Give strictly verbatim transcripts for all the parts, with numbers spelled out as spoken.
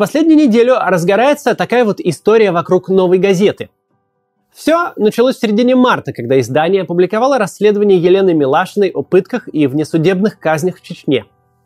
последнюю неделю разгорается такая вот история вокруг «Новой газеты». Все началось в середине марта, когда издание опубликовало расследование Елены Милашиной о пытках и внесудебных казнях в Чечне.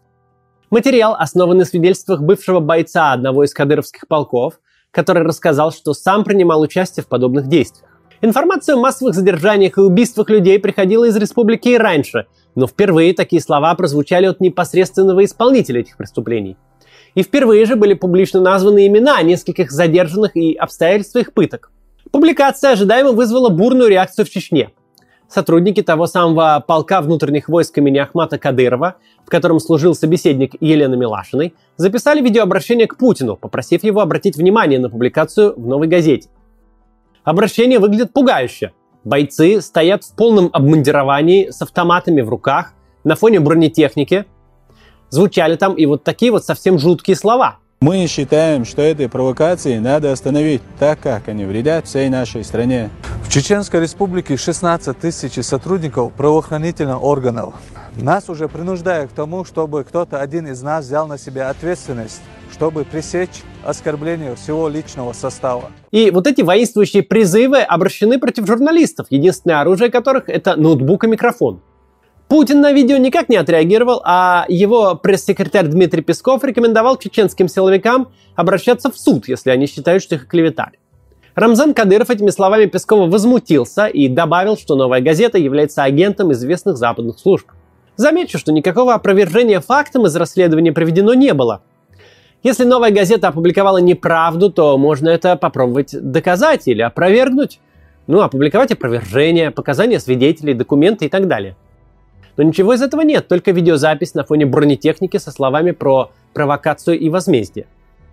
Материал основан на свидетельствах бывшего бойца одного из кадыровских полков, который рассказал, что сам принимал участие в подобных действиях. Информация о массовых задержаниях и убийствах людей приходила из республики и раньше, но впервые такие слова прозвучали от непосредственного исполнителя этих преступлений. И впервые же были публично названы имена нескольких задержанных и обстоятельства их пыток. Публикация ожидаемо вызвала бурную реакцию в Чечне. Сотрудники того самого полка внутренних войск имени Ахмата Кадырова, в котором служил собеседник Елены Милашиной, записали видеообращение к Путину, попросив его обратить внимание на публикацию в «Новой газете». Обращение выглядит пугающе. Бойцы стоят в полном обмундировании с автоматами в руках на фоне бронетехники. Звучали там и вот такие вот совсем жуткие слова. Мы считаем, что этой провокации надо остановить, так как они вредят всей нашей стране. В Чеченской республике шестнадцать тысяч сотрудников правоохранительных органов. Нас уже принуждают к тому, чтобы кто-то один из нас взял на себя ответственность, чтобы пресечь оскорбление всего личного состава. И вот эти воинствующие призывы обращены против журналистов, единственное оружие которых — это ноутбук и микрофон. Путин на видео никак не отреагировал, а его пресс-секретарь Дмитрий Песков рекомендовал чеченским силовикам обращаться в суд, если они считают, что их клеветали. Рамзан Кадыров этими словами Пескова возмутился и добавил, что «Новая газета» является агентом известных западных служб. Замечу, что никакого опровержения фактам из расследования проведено не было. Если «Новая газета» опубликовала неправду, то можно это попробовать доказать или опровергнуть. Ну, опубликовать опровержение, показания свидетелей, документы и так далее. Но ничего из этого нет, только видеозапись на фоне бронетехники со словами про провокацию и возмездие.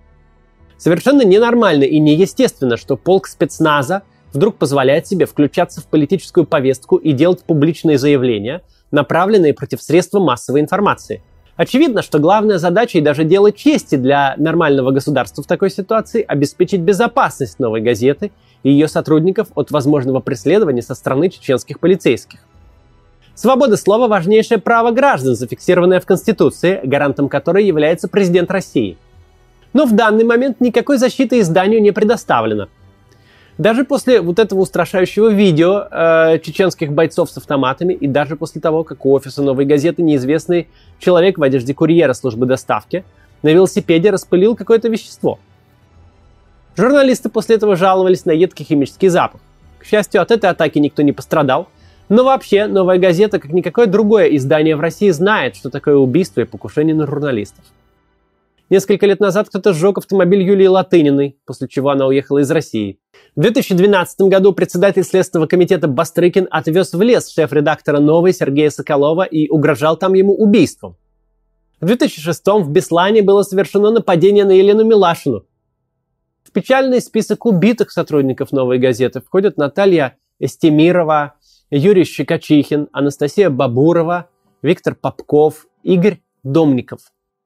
Совершенно ненормально и неестественно, что полк спецназа вдруг позволяет себе включаться в политическую повестку и делать публичные заявления, направленные против средств массовой информации. Очевидно, что главная задача и даже дело чести для нормального государства в такой ситуации — обеспечить безопасность «Новой газеты» и ее сотрудников от возможного преследования со стороны чеченских полицейских. Свобода слова – важнейшее право граждан, зафиксированное в Конституции, гарантом которой является президент России. Но в данный момент никакой защиты изданию не предоставлено. Даже после вот этого устрашающего видео э, чеченских бойцов с автоматами и даже после того, как у офиса «Новой газеты» неизвестный человек в одежде курьера службы доставки на велосипеде распылил какое-то вещество. Журналисты после этого жаловались на едкий химический запах. К счастью, от этой атаки никто не пострадал. Но вообще, «Новая газета», как никакое другое издание в России, знает, что такое убийство и покушение на журналистов. Несколько лет назад кто-то сжег автомобиль Юлии Латыниной, после чего она уехала из России. В две тысячи двенадцатом году председатель Следственного комитета Бастрыкин отвез в лес шеф-редактора «Новой» Сергея Соколова и угрожал там ему убийством. В две тысячи шестом в Беслане было совершено нападение на Елену Милашину. В печальный список убитых сотрудников «Новой газеты» входят Наталья Эстемирова, Юрий Щекочихин, Анастасия Бабурова, Виктор Попков, Игорь Домников.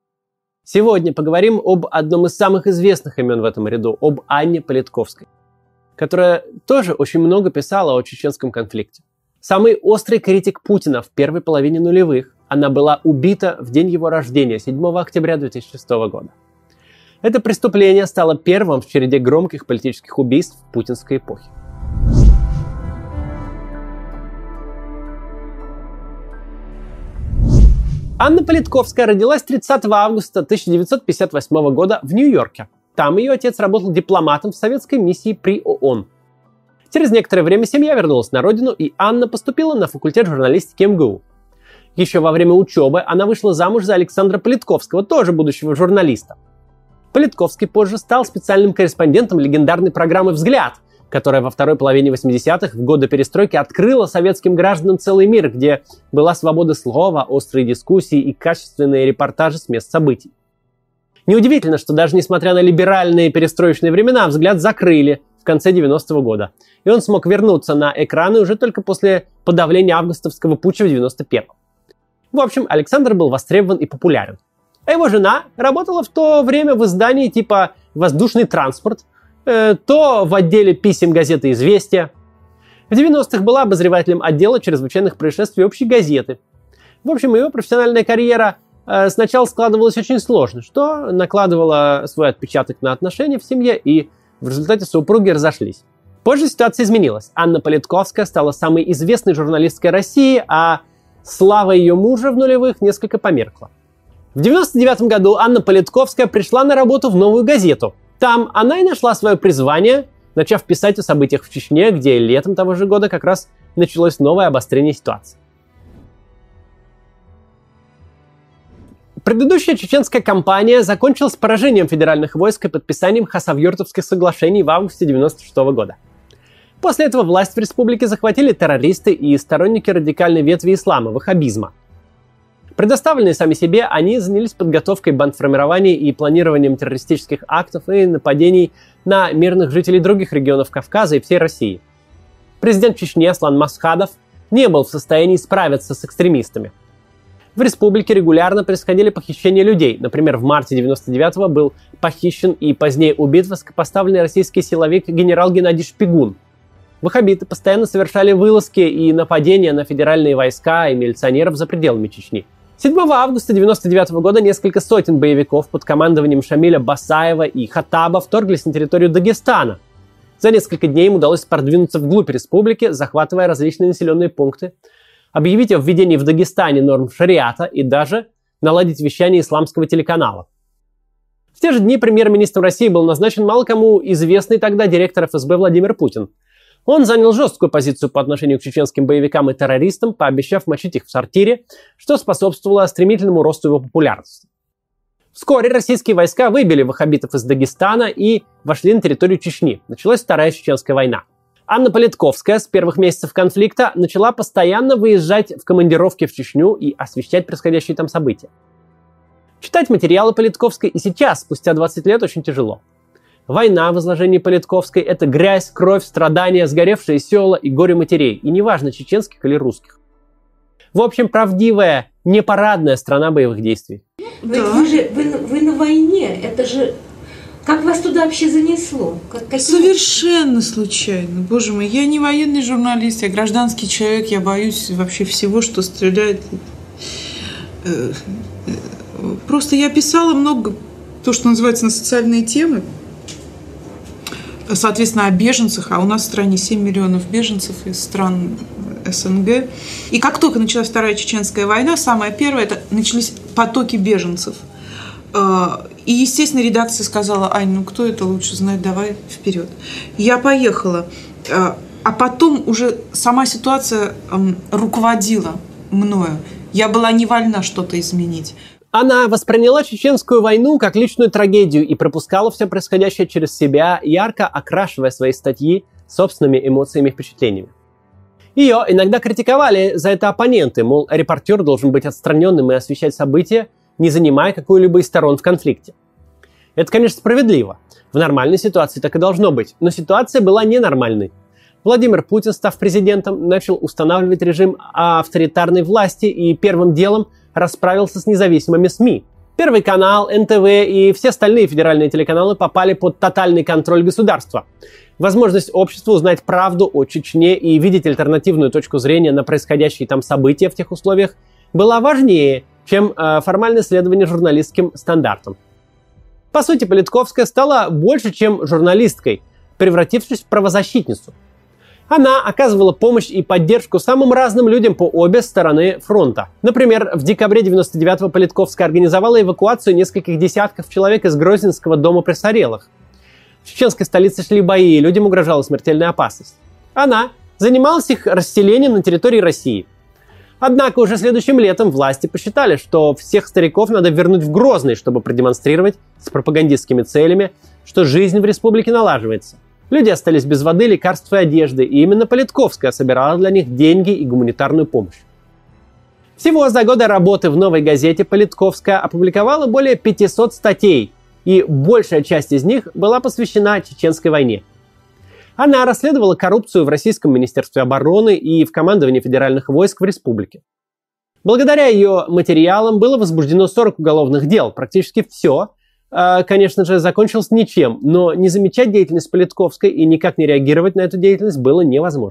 Сегодня поговорим об одном из самых известных имен в этом ряду, об Анне Политковской, которая тоже очень много писала о чеченском конфликте. Самый острый критик Путина в первой половине нулевых, она была убита в день его рождения, седьмого октября две тысячи шестого года. Это преступление стало первым в череде громких политических убийств путинской эпохи. Анна Политковская родилась тридцатого августа тысяча девятьсот пятьдесят восьмого года в Нью-Йорке. Там ее отец работал дипломатом в советской миссии при ООН. Через некоторое время семья вернулась на родину, и Анна поступила на факультет журналистики эм гэ у. Еще во время учебы она вышла замуж за Александра Политковского, тоже будущего журналиста. Политковский позже стал специальным корреспондентом легендарной программы «Взгляд», которая во второй половине восьмидесятых, в годы перестройки, открыла советским гражданам целый мир, где была свобода слова, острые дискуссии и качественные репортажи с мест событий. Неудивительно, что даже несмотря на либеральные перестроечные времена, «Взгляд» закрыли в конце девяностого года, и он смог вернуться на экраны уже только после подавления августовского путча в девяносто первом. В общем, Александр был востребован и популярен. А его жена работала в то время в издании типа «Воздушный транспорт», то в отделе писем газеты «Известия». В девяностых была обозревателем отдела чрезвычайных происшествий общей газеты. В общем, ее профессиональная карьера э, сначала складывалось очень сложно, что накладывало свой отпечаток на отношения в семье, и в результате супруги разошлись. Позже ситуация изменилась. Анна Политковская стала самой известной журналисткой России, а слава ее мужа в нулевых несколько померкла. В девяносто девятом году Анна Политковская пришла на работу в «Новую газету». Там она и нашла свое призвание, начав писать о событиях в Чечне, где летом того же года как раз началось новое обострение ситуации. Предыдущая чеченская кампания закончилась поражением федеральных войск и подписанием Хасавюртовских соглашений в августе девяносто шестого года. После этого власть в республике захватили террористы и сторонники радикальной ветви ислама, ваххабизма. Предоставленные сами себе, они занялись подготовкой бандформирований и планированием террористических актов и нападений на мирных жителей других регионов Кавказа и всей России. Президент Чечни Аслан Масхадов не был в состоянии справиться с экстремистами. В республике регулярно происходили похищения людей. Например, в марте девяносто девятого был похищен и позднее убит высокопоставленный российский силовик генерал Геннадий Шпигун. Ваххабиты постоянно совершали вылазки и нападения на федеральные войска и милиционеров за пределами Чечни. седьмого августа девяносто девятого года несколько сотен боевиков под командованием Шамиля Басаева и Хаттаба вторглись на территорию Дагестана. За несколько дней им удалось продвинуться вглубь республики, захватывая различные населенные пункты, объявить о введении в Дагестане норм шариата и даже наладить вещание исламского телеканала. В те же дни премьер-министром России был назначен мало кому известный тогда директор эф эс бэ Владимир Путин. Он занял жесткую позицию по отношению к чеченским боевикам и террористам, пообещав мочить их в сортире, что способствовало стремительному росту его популярности. Вскоре российские войска выбили ваххабитов из Дагестана и вошли на территорию Чечни. Началась Вторая Чеченская война. Анна Политковская с первых месяцев конфликта начала постоянно выезжать в командировки в Чечню и освещать происходящие там события. Читать материалы Политковской и сейчас, спустя двадцать лет, очень тяжело. Война в изложении Политковской – это грязь, кровь, страдания, сгоревшие села и горе матерей, и неважно, чеченских или русских. В общем, правдивая, не парадная страна боевых действий. Вы, да. вы же вы, вы на войне, это же... Как вас туда вообще занесло? Как, какие... Совершенно случайно. Боже мой, я не военный журналист, я гражданский человек, я боюсь вообще всего, что стреляет. Просто я писала много, то, что называется, на социальные темы, соответственно, о беженцах, а у нас в стране семь миллионов беженцев из стран эс эн гэ. И как только началась Вторая Чеченская война, самое первое, это начались потоки беженцев. И, естественно, редакция сказала: Ань, ну кто это лучше знает, давай вперед. Я поехала. А потом уже сама ситуация руководила мною. Я была не вольна что-то изменить. Она восприняла Чеченскую войну как личную трагедию и пропускала все происходящее через себя, ярко окрашивая свои статьи собственными эмоциями и впечатлениями. Ее иногда критиковали за это оппоненты, мол, репортер должен быть отстраненным и освещать события, не занимая какую-либо из сторон в конфликте. Это, конечно, справедливо. В нормальной ситуации так и должно быть. Но ситуация была ненормальной. Владимир Путин, став президентом, начал устанавливать режим авторитарной власти и первым делом расправился с независимыми СМИ. Первый канал, эн тэ вэ и все остальные федеральные телеканалы попали под тотальный контроль государства. Возможность обществу узнать правду о Чечне и видеть альтернативную точку зрения на происходящие там события в тех условиях была важнее, чем э, формальное следование журналистским стандартам. По сути, Политковская стала больше, чем журналисткой, превратившись в правозащитницу. Она оказывала помощь и поддержку самым разным людям по обе стороны фронта. Например, в декабре девяносто девятого Политковская организовала эвакуацию нескольких десятков человек из Грозненского дома престарелых. В чеченской столице шли бои, и людям угрожала смертельная опасность. Она занималась их расселением на территории России. Однако уже следующим летом власти посчитали, что всех стариков надо вернуть в Грозный, чтобы продемонстрировать с пропагандистскими целями, что жизнь в республике налаживается. Люди остались без воды, лекарств и одежды, и именно Политковская собирала для них деньги и гуманитарную помощь. Всего за годы работы в «Новой газете» Политковская опубликовала более пятисот статей, и большая часть из них была посвящена Чеченской войне. Она расследовала коррупцию в Российском министерстве обороны и в командовании федеральных войск в республике. Благодаря ее материалам было возбуждено сорок уголовных дел, практически все, конечно же, закончилось ничем, но не замечать деятельность Политковской и никак не реагировать на эту деятельность было невозможно.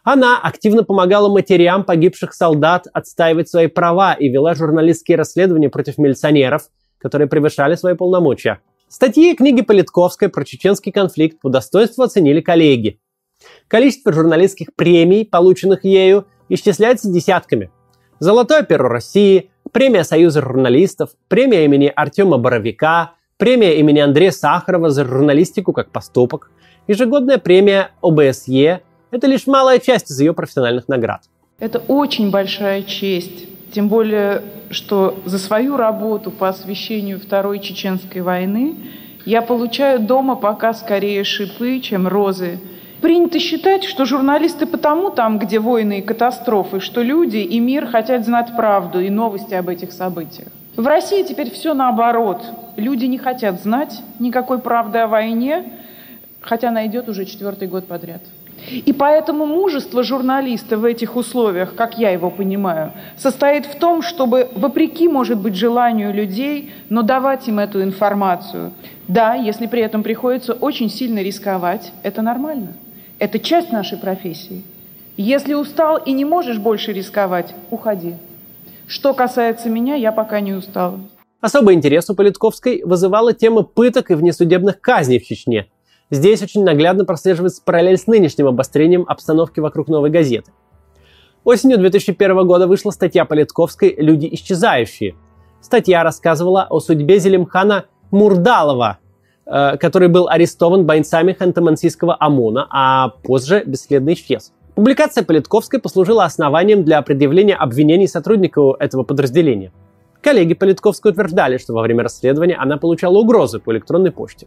Она активно помогала матерям погибших солдат отстаивать свои права и вела журналистские расследования против милиционеров, которые превышали свои полномочия. Статьи и книги Политковской про чеченский конфликт по достоинству оценили коллеги. Количество журналистских премий, полученных ею, исчисляется десятками. Золотое перо России, премия Союза журналистов, премия имени Артема Боровика, премия имени Андрея Сахарова за журналистику как поступок, ежегодная премия О Бэ Эс Е – это лишь малая часть из ее профессиональных наград. Это очень большая честь, тем более, что за свою работу по освещению Второй Чеченской войны я получаю дома пока скорее шипы, чем розы. Принято считать, что журналисты потому там, где войны и катастрофы, что люди и мир хотят знать правду и новости об этих событиях. В России теперь все наоборот. Люди не хотят знать никакой правды о войне, хотя она идет уже четвертый год подряд. И поэтому мужество журналиста в этих условиях, как я его понимаю, состоит в том, чтобы, вопреки, может быть, желанию людей, но давать им эту информацию. Да, если при этом приходится очень сильно рисковать, это нормально. Это часть нашей профессии. Если устал и не можешь больше рисковать, уходи. Что касается меня, я пока не устала. Особый интерес у Политковской вызывала тема пыток и внесудебных казней в Чечне. Здесь очень наглядно прослеживается параллель с нынешним обострением обстановки вокруг «Новой газеты». Осенью две тысячи первого года вышла статья Политковской «Люди исчезающие». Статья рассказывала о судьбе Зелимхана Мурдалова, э, который был арестован бойцами ханты-мансийского ОМОНа, а позже бесследно исчез. Публикация Политковской послужила основанием для предъявления обвинений сотруднику этого подразделения. Коллеги Политковской утверждали, что во время расследования она получала угрозы по электронной почте.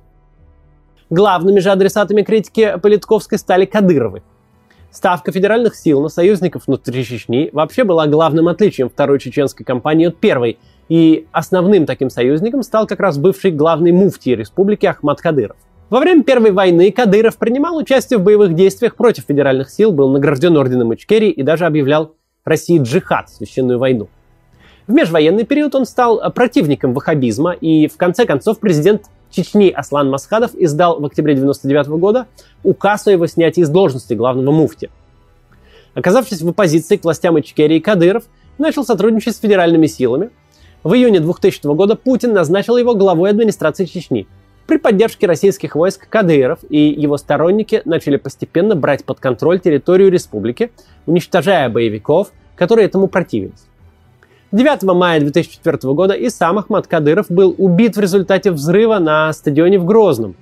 Главными же адресатами критики Политковской стали Кадыровы. Ставка федеральных сил на союзников внутри Чечни вообще была главным отличием второй чеченской кампании от первой, и основным таким союзником стал как раз бывший главный муфтий республики Ахмад Кадыров. Во время Первой войны Кадыров принимал участие в боевых действиях против федеральных сил, был награжден орденом Ичкерии и даже объявлял России джихад, священную войну. В межвоенный период он стал противником ваххабизма, и в конце концов президент Чечни Аслан Масхадов издал в октябре девяносто девятого года указ о его снятии с должности главного муфти. Оказавшись в оппозиции к властям Ичкерии, Кадыров начал сотрудничать с федеральными силами. В июне двухтысячного года Путин назначил его главой администрации Чечни. При поддержке российских войск Кадыров и его сторонники начали постепенно брать под контроль территорию республики, уничтожая боевиков, которые этому противились. девятого мая две тысячи четвёртого года и сам Ахмад Кадыров был убит в результате взрыва на стадионе в Грозном.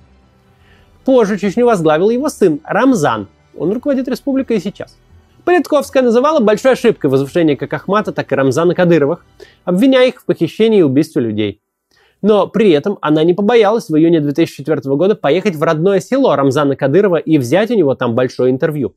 Позже Чечню возглавил его сын Рамзан. Он руководит республикой и сейчас. Политковская называла большой ошибкой возвышение как Ахмата, так и Рамзана Кадыровых, обвиняя их в похищении и убийстве людей. Но при этом она не побоялась в июне две тысячи четвёртого года поехать в родное село Рамзана Кадырова и взять у него там большое интервью.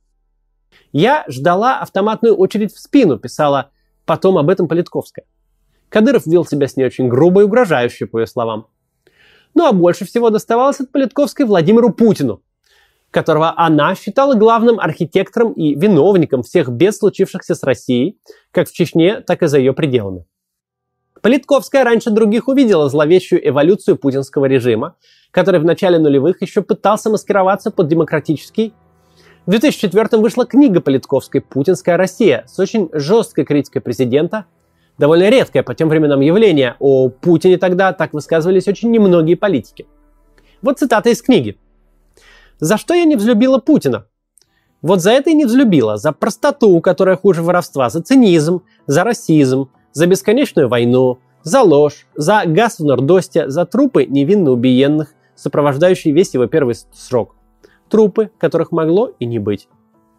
«Я ждала автоматную очередь в спину», писала потом об этом Политковская. Кадыров вел себя с ней очень грубо и угрожающе, по ее словам. Ну а больше всего доставалось от Политковской Владимиру Путину, которого она считала главным архитектором и виновником всех бед, случившихся с Россией, как в Чечне, так и за ее пределами. Политковская раньше других увидела зловещую эволюцию путинского режима, который в начале нулевых еще пытался маскироваться под демократический. В две тысячи четвёртом вышла книга Политковской «Путинская Россия» с очень жесткой критикой президента, довольно редкое по тем временам явление. О Путине тогда так высказывались очень немногие политики. Вот цитата из книги. «За что я не взлюбила Путина? Вот за это и не взлюбила. За простоту, которая хуже воровства, за цинизм, за расизм, за бесконечную войну, за ложь, за газ в Нордосте, за трупы невинно убиенных, сопровождающие весь его первый срок. Трупы, которых могло и не быть».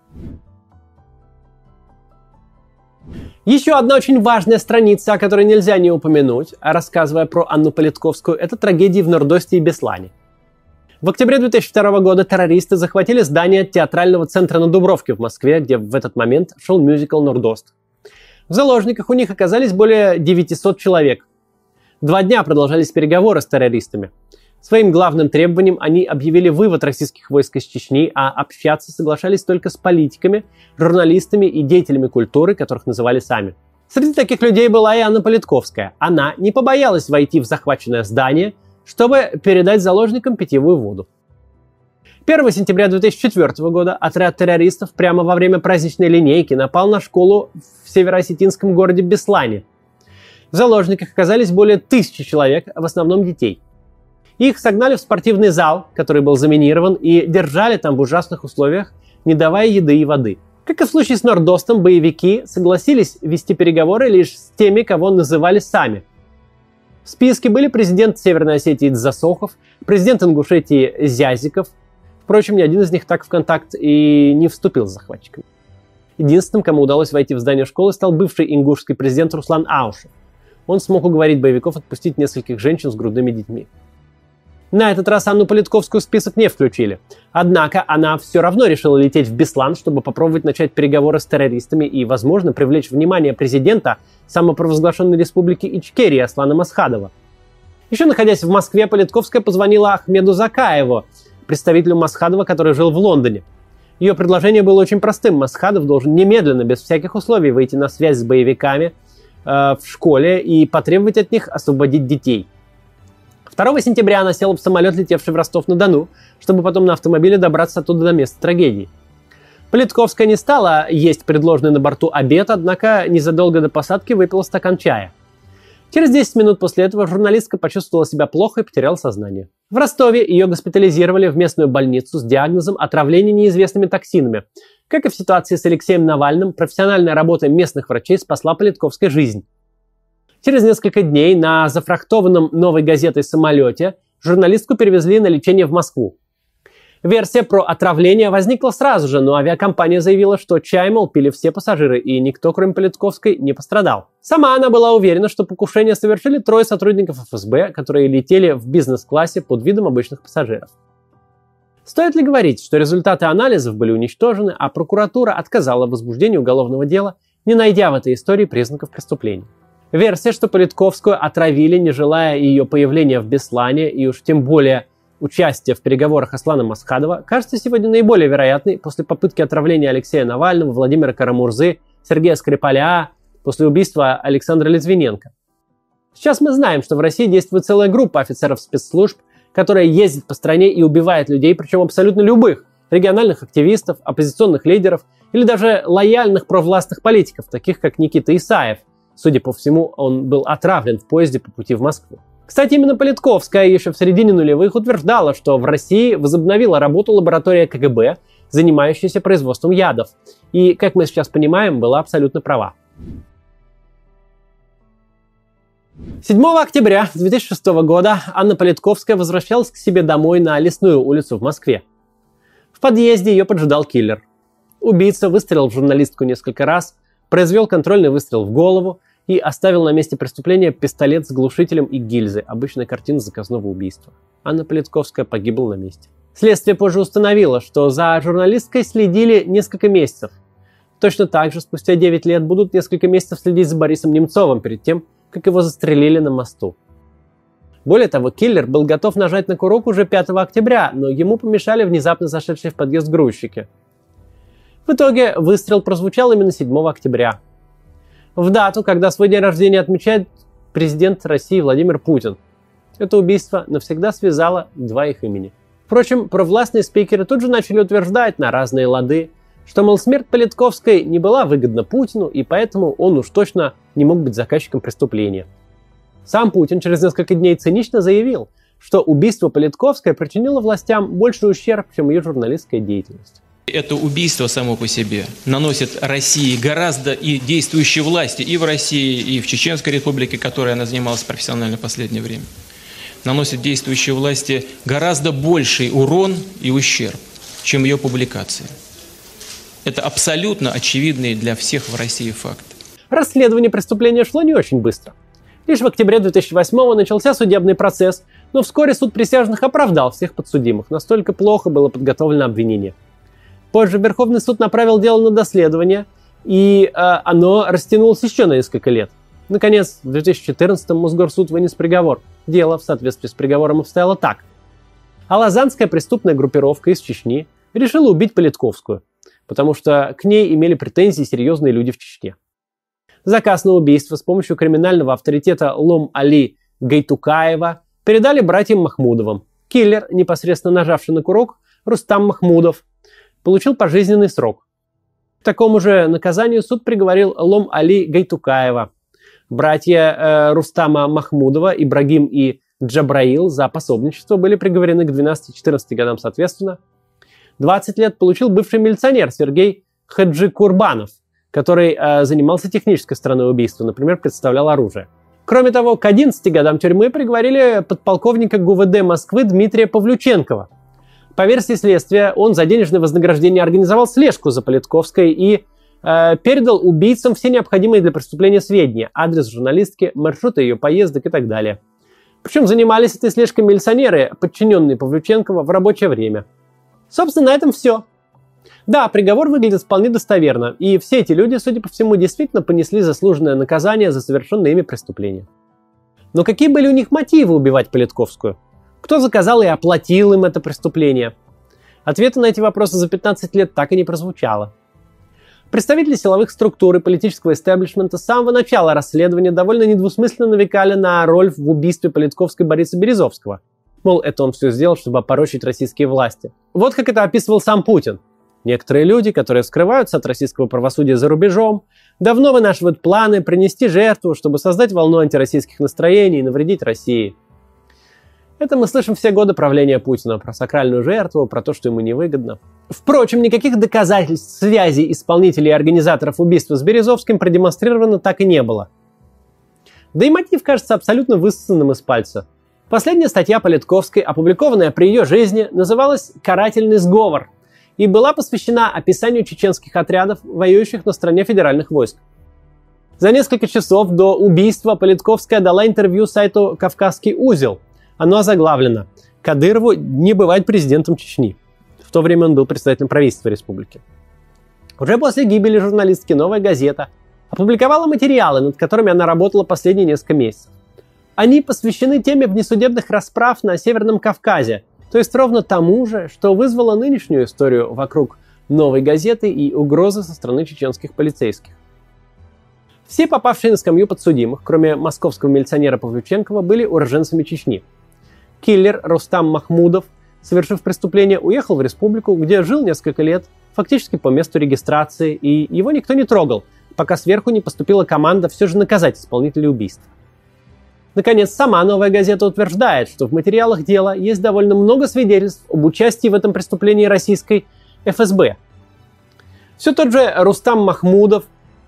Еще одна очень важная страница, о которой нельзя не упомянуть, рассказывая про Анну Политковскую, это трагедии в Нордосте и Беслане. В октябре две тысячи второго года террористы захватили здание театрального центра на Дубровке в Москве, где в этот момент шел мюзикл «Нордост». В заложниках у них оказались более девятисот человек. Два дня продолжались переговоры с террористами. Своим главным требованием они объявили вывод российских войск из Чечни, а общаться соглашались только с политиками, журналистами и деятелями культуры, которых называли сами. Среди таких людей была и Анна Политковская. Она не побоялась войти в захваченное здание, чтобы передать заложникам питьевую воду. первого сентября две тысячи четвёртого года отряд террористов прямо во время праздничной линейки напал на школу в североосетинском городе Беслане. В заложниках оказались более тысячи человек, в основном детей. Их согнали в спортивный зал, который был заминирован, и держали там в ужасных условиях, не давая еды и воды. Как и в случае с Нордостом, боевики согласились вести переговоры лишь с теми, кого называли сами. В списке были президент Северной Осетии Дзасохов, президент Ингушетии Зязиков. Впрочем, ни один из них так в контакт и не вступил с захватчиками. Единственным, кому удалось войти в здание школы, стал бывший ингушский президент Руслан Аушев. Он смог уговорить боевиков отпустить нескольких женщин с грудными детьми. На этот раз Анну Политковскую в список не включили. Однако она все равно решила лететь в Беслан, чтобы попробовать начать переговоры с террористами и, возможно, привлечь внимание президента самопровозглашенной республики Ичкерия Аслана Масхадова. Еще находясь в Москве, Политковская позвонила Ахмеду Закаеву, представителю Масхадова, который жил в Лондоне. Ее предложение было очень простым. Масхадов должен немедленно, без всяких условий, выйти на связь с боевиками э, в школе и потребовать от них освободить детей. второго сентября она села в самолет, летевший в Ростов-на-Дону, чтобы потом на автомобиле добраться оттуда до места трагедии. Политковская не стала есть предложенный на борту обед, однако незадолго до посадки выпила стакан чая. Через десять минут после этого журналистка почувствовала себя плохо и потеряла сознание. В Ростове ее госпитализировали в местную больницу с диагнозом отравления неизвестными токсинами. Как и в ситуации с Алексеем Навальным, профессиональная работа местных врачей спасла Политковской жизнь. Через несколько дней на зафрахтованном «Новой газетой» самолете журналистку перевезли на лечение в Москву. Версия про отравление возникла сразу же, но авиакомпания заявила, что чай, мол, пили все пассажиры, и никто, кроме Политковской, не пострадал. Сама она была уверена, что покушение совершили трое сотрудников эф эс бэ, которые летели в бизнес-классе под видом обычных пассажиров. Стоит ли говорить, что результаты анализов были уничтожены, а прокуратура отказала в возбуждении уголовного дела, не найдя в этой истории признаков преступления? Версия, что Политковскую отравили, не желая ее появления в Беслане и уж тем более участия в переговорах Аслана Масхадова, кажется сегодня наиболее вероятной после попытки отравления Алексея Навального, Владимира Карамурзы, Сергея Скрипаля, после убийства Александра Литвиненко. Сейчас мы знаем, что в России действует целая группа офицеров спецслужб, которая ездит по стране и убивает людей, причем абсолютно любых, региональных активистов, оппозиционных лидеров или даже лояльных провластных политиков, таких как Никита Исаев. Судя по всему, он был отравлен в поезде по пути в Москву. Кстати, именно Политковская еще в середине нулевых утверждала, что в России возобновила работу лаборатория ка гэ бэ, занимающаяся производством ядов. И, как мы сейчас понимаем, была абсолютно права. седьмого октября две тысячи шестого года Анна Политковская возвращалась к себе домой на Лесную улицу в Москве. В подъезде ее поджидал киллер. Убийца выстрелил в журналистку несколько раз, произвел контрольный выстрел в голову и оставил на месте преступления пистолет с глушителем и гильзой, обычная картина заказного убийства. Анна Политковская погибла на месте. Следствие позже установило, что за журналисткой следили несколько месяцев. Точно так же спустя девять лет будут несколько месяцев следить за Борисом Немцовым перед тем, как его застрелили на мосту. Более того, киллер был готов нажать на курок уже пятого октября, но ему помешали внезапно зашедшие в подъезд грузчики. В итоге выстрел прозвучал именно седьмого октября. В дату, когда свой день рождения отмечает президент России Владимир Путин. Это убийство навсегда связало два их имени. Впрочем, провластные спикеры тут же начали утверждать на разные лады, что, мол, смерть Политковской не была выгодна Путину, и поэтому он уж точно не мог быть заказчиком преступления. Сам Путин через несколько дней цинично заявил, что убийство Политковской причинило властям больший ущерб, чем ее журналистская деятельность. Это убийство само по себе наносит России гораздо и действующей власти и в России, и в Чеченской республике, которой она занималась профессионально в последнее время, наносит действующей власти гораздо больший урон и ущерб, чем ее публикации. Это абсолютно очевидный для всех в России факт. Расследование преступления шло не очень быстро. Лишь в октябре две тысячи восьмого начался судебный процесс, но вскоре суд присяжных оправдал всех подсудимых. Настолько плохо было подготовлено обвинение. Позже Верховный суд направил дело на доследование, и э, оно растянулось еще на несколько лет. Наконец, в две тысячи четырнадцатом Мосгорсуд вынес приговор. Дело в соответствии с приговором обстояло так. Алазанская преступная группировка из Чечни решила убить Политковскую, потому что к ней имели претензии серьезные люди в Чечне. Заказ на убийство с помощью криминального авторитета Лом-Али Гайтукаева передали братьям Махмудовым. Киллер, непосредственно нажавший на курок, Рустам Махмудов, получил пожизненный срок. К такому же наказанию суд приговорил Лом Али Гайтукаева. Братья э, Рустама Махмудова, Ибрагим и Джабраил, за пособничество были приговорены к двенадцати и четырнадцати годам соответственно. двадцать лет получил бывший милиционер Сергей Хаджи Курбанов, который э, занимался технической стороной убийства, например, представлял оружие. Кроме того, к одиннадцати годам тюрьмы приговорили подполковника ГУВД Москвы Дмитрия Павлюченкова. По версии следствия, он за денежное вознаграждение организовал слежку за Политковской и э, передал убийцам все необходимые для преступления сведения, адрес журналистки, маршруты ее поездок и так далее. Причем занимались этой слежкой милиционеры, подчиненные Павлюченкова, в рабочее время. Собственно, на этом все. Да, приговор выглядит вполне достоверно, и все эти люди, судя по всему, действительно понесли заслуженное наказание за совершенные ими преступления. Но какие были у них мотивы убивать Политковскую? Кто заказал и оплатил им это преступление? Ответа на эти вопросы за пятнадцать лет так и не прозвучало. Представители силовых структур и политического истеблишмента с самого начала расследования довольно недвусмысленно намекали на роль в убийстве Политковской Бориса Березовского. Мол, это он все сделал, чтобы опорочить российские власти. Вот как это описывал сам Путин. Некоторые люди, которые скрываются от российского правосудия за рубежом, давно вынашивают планы принести жертву, чтобы создать волну антироссийских настроений и навредить России. Это мы слышим все годы правления Путина, про сакральную жертву, про то, что ему невыгодно. Впрочем, никаких доказательств связи исполнителей и организаторов убийства с Березовским продемонстрировано так и не было. Да и мотив кажется абсолютно высосанным из пальца. Последняя статья Политковской, опубликованная при ее жизни, называлась «Карательный сговор» и была посвящена описанию чеченских отрядов, воюющих на стороне федеральных войск. За несколько часов до убийства Политковская дала интервью сайту «Кавказский узел». Оно озаглавлено «Кадырову не бывать президентом Чечни». В то время он был председателем правительства республики. Уже после гибели журналистки «Новая газета» опубликовала материалы, над которыми она работала последние несколько месяцев. Они посвящены теме внесудебных расправ на Северном Кавказе, то есть ровно тому же, что вызвало нынешнюю историю вокруг «Новой газеты» и угрозы со стороны чеченских полицейских. Все попавшие на скамью подсудимых, кроме московского милиционера Павлюченкова, были уроженцами Чечни. Киллер Рустам Махмудов, совершив преступление, уехал в республику, где жил несколько лет, фактически по месту регистрации, и его никто не трогал, пока сверху не поступила команда все же наказать исполнителей убийства. Наконец, сама «Новая газета» утверждает, что в материалах дела есть довольно много свидетельств об участии в этом преступлении российской эф эс бэ. Все тот же Рустам Махмудов,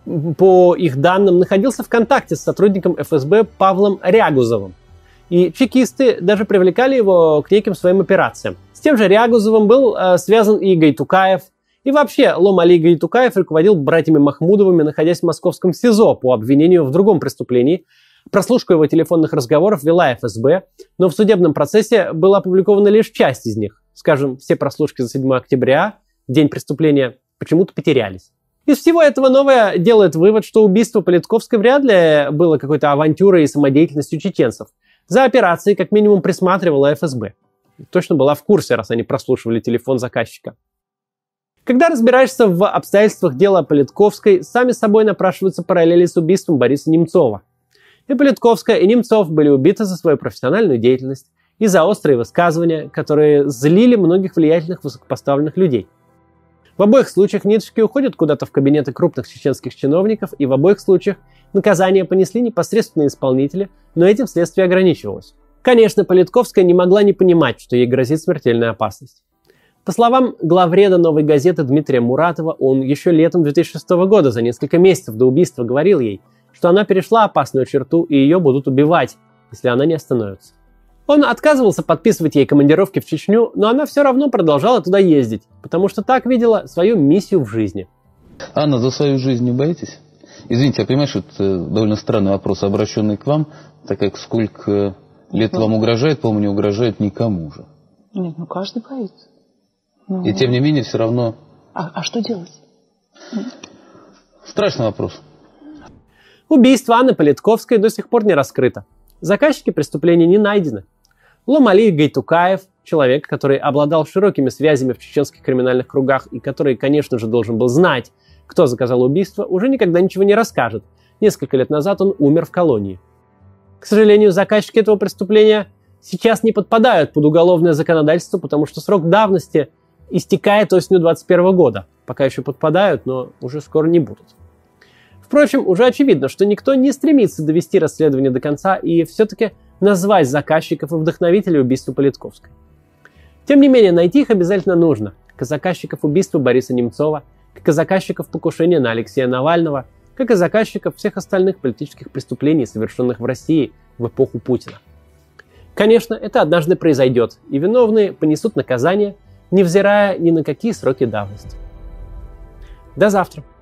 по их данным, находился в контакте с сотрудником эф эс бэ Павлом Рягузовым. И чекисты даже привлекали его к неким своим операциям. С тем же Рягузовым был э, связан и Гайтукаев. И вообще, Лом Али Гайтукаев руководил братьями Махмудовыми, находясь в московском СИЗО по обвинению в другом преступлении. Прослушку его телефонных разговоров вела эф эс бэ, но в судебном процессе была опубликована лишь часть из них. Скажем, все прослушки за седьмое октября, день преступления, почему-то потерялись. Из всего этого «Новое» делает вывод, что убийство Политковской вряд ли было какой-то авантюрой и самодеятельностью чеченцев. За операцией как минимум присматривала эф эс бэ. Точно была в курсе, раз они прослушивали телефон заказчика. Когда разбираешься в обстоятельствах дела Политковской, сами собой напрашиваются параллели с убийством Бориса Немцова. И Политковская, и Немцов были убиты за свою профессиональную деятельность и за острые высказывания, которые злили многих влиятельных высокопоставленных людей. В обоих случаях ниточки уходят куда-то в кабинеты крупных чеченских чиновников, и в обоих случаях наказание понесли непосредственно исполнители, но этим следствие ограничивалось. Конечно, Политковская не могла не понимать, что ей грозит смертельная опасность. По словам главреда «Новой газеты» Дмитрия Муратова, он еще летом две тысячи шестого года, за несколько месяцев до убийства, говорил ей, что она перешла опасную черту и ее будут убивать, если она не остановится. Он отказывался подписывать ей командировки в Чечню, но она все равно продолжала туда ездить, потому что так видела свою миссию в жизни. Анна, за свою жизнь не боитесь? Извините, я понимаю, что это довольно странный вопрос, обращенный к вам, так как сколько лет ну, вам угрожает, по-моему, не угрожает никому же. Нет, ну каждый боится. Ну, и тем не менее все равно... А, а что делать? Страшный вопрос. Убийство Анны Политковской до сих пор не раскрыто. Заказчики преступления не найдены. Лом Али Гайтукаев, человек, который обладал широкими связями в чеченских криминальных кругах и который, конечно же, должен был знать, кто заказал убийство, уже никогда ничего не расскажет. Несколько лет назад он умер в колонии. К сожалению, заказчики этого преступления сейчас не подпадают под уголовное законодательство, потому что срок давности истекает осенью двадцать первого года. Пока еще подпадают, но уже скоро не будут. Впрочем, уже очевидно, что никто не стремится довести расследование до конца и все-таки назвать заказчиков и вдохновителей убийства Политковской. Тем не менее, найти их обязательно нужно, как и заказчиков убийства Бориса Немцова, как и заказчиков покушения на Алексея Навального, как и заказчиков всех остальных политических преступлений, совершенных в России в эпоху Путина. Конечно, это однажды произойдет, и виновные понесут наказание, невзирая ни на какие сроки давности. До завтра!